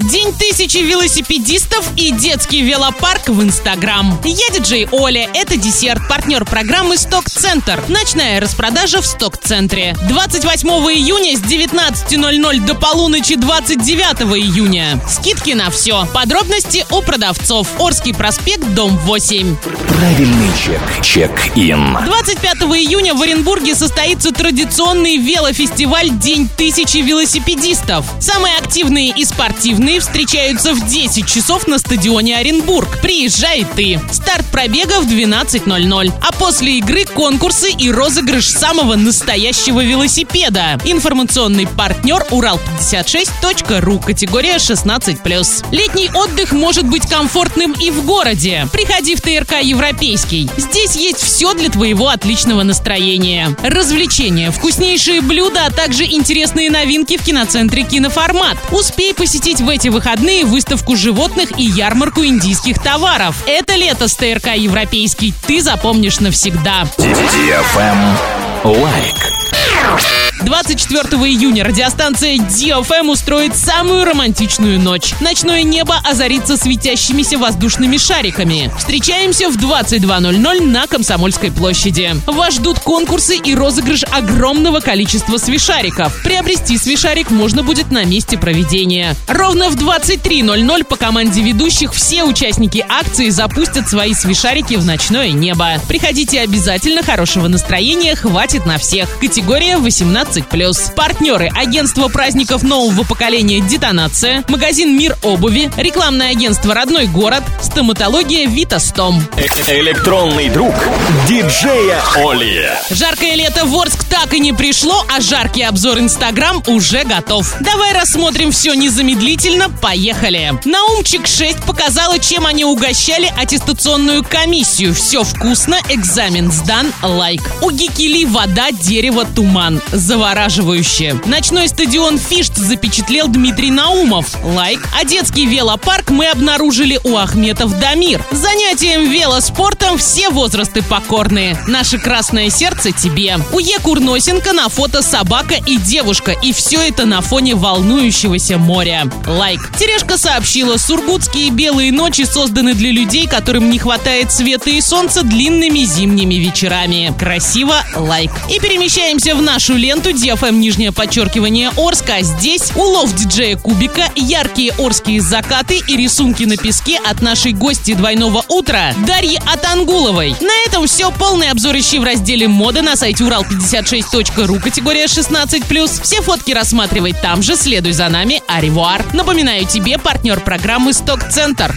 День тысячи велосипедистов и детский велопарк в Инстаграм. Я диджей Оля, это десерт, партнер программы «Сток-центр». Ночная распродажа в Сток-центре. 28 июня с 19:00 до полуночи 29 июня. Скидки на все. Подробности у продавцов. Орский проспект, дом 8. Правильный чек. Чек-ин. 25 июня в Оренбурге состоится традиционный велофестиваль «День тысячи велосипедистов». Самые активные и спортивные встречаются в 10 часов на стадионе Оренбург. Приезжай и ты. Старт пробега в 12:00. А после игры конкурсы и розыгрыш самого настоящего велосипеда. Информационный партнер Урал56.ру. Категория 16+. Летний отдых может быть комфортным и в городе. Приходи в ТРК «Европейский». Здесь есть все для твоего отличного настроения. Развлечения, вкуснейшие блюда, а также интересные новинки в киноцентре «Киноформат». Успей посетить в эти выходные выставку животных и ярмарку индийских товаров. Это лето с ТРК «Европейский» ты запомнишь навсегда. Лайк. 24 июня радиостанция DFM устроит самую романтичную ночь. Ночное небо озарится светящимися воздушными шариками. Встречаемся в 22:00 на Комсомольской площади. Вас ждут конкурсы и розыгрыш огромного количества свишариков. Приобрести свишарик можно будет на месте проведения. Ровно в 23:00 по команде ведущих все участники акции запустят свои свишарики в ночное небо. Приходите обязательно, хорошего настроения хватит на всех. Категория 18+. Партнеры: агентство праздников нового поколения «Детонация», магазин «Мир обуви», рекламное агентство «Родной город», стоматология «Витастом». Электронный друг диджея Оли. Жаркое лето в Орск так и не пришло, а жаркий обзор Инстаграм уже готов. Давай рассмотрим все незамедлительно. Поехали. Наумчик 6 показала, чем они угощали аттестационную комиссию. Все вкусно, экзамен сдан, лайк. У Гикили вода, дерево, туман. Завораживающе. Ночной стадион «Фишт» запечатлел Дмитрий Наумов. Лайк. А детский велопарк мы обнаружили у Ахметов Дамир. Занятием велоспортом все возрасты покорные. Наше красное сердце тебе. У Е. Курносенко на фото собака и девушка. И все это на фоне волнующегося моря. Лайк. Терешка сообщила, сургутские белые ночи созданы для людей, которым не хватает света и солнца длинными зимними вечерами. Красиво. Лайк. И перемещаемся в нашу ленту _, Орска. А здесь улов диджея Кубика, яркие орские закаты и рисунки на песке от нашей гости двойного утра Дарьи Атангуловой. На этом все. Полный обзор ищи в разделе «Мода» на сайте Урал56.ру. Категория 16+. Все фотки рассматривай там же. Следуй за нами. Аревуар. Напоминаю тебе, партнер программы «Сток-центр».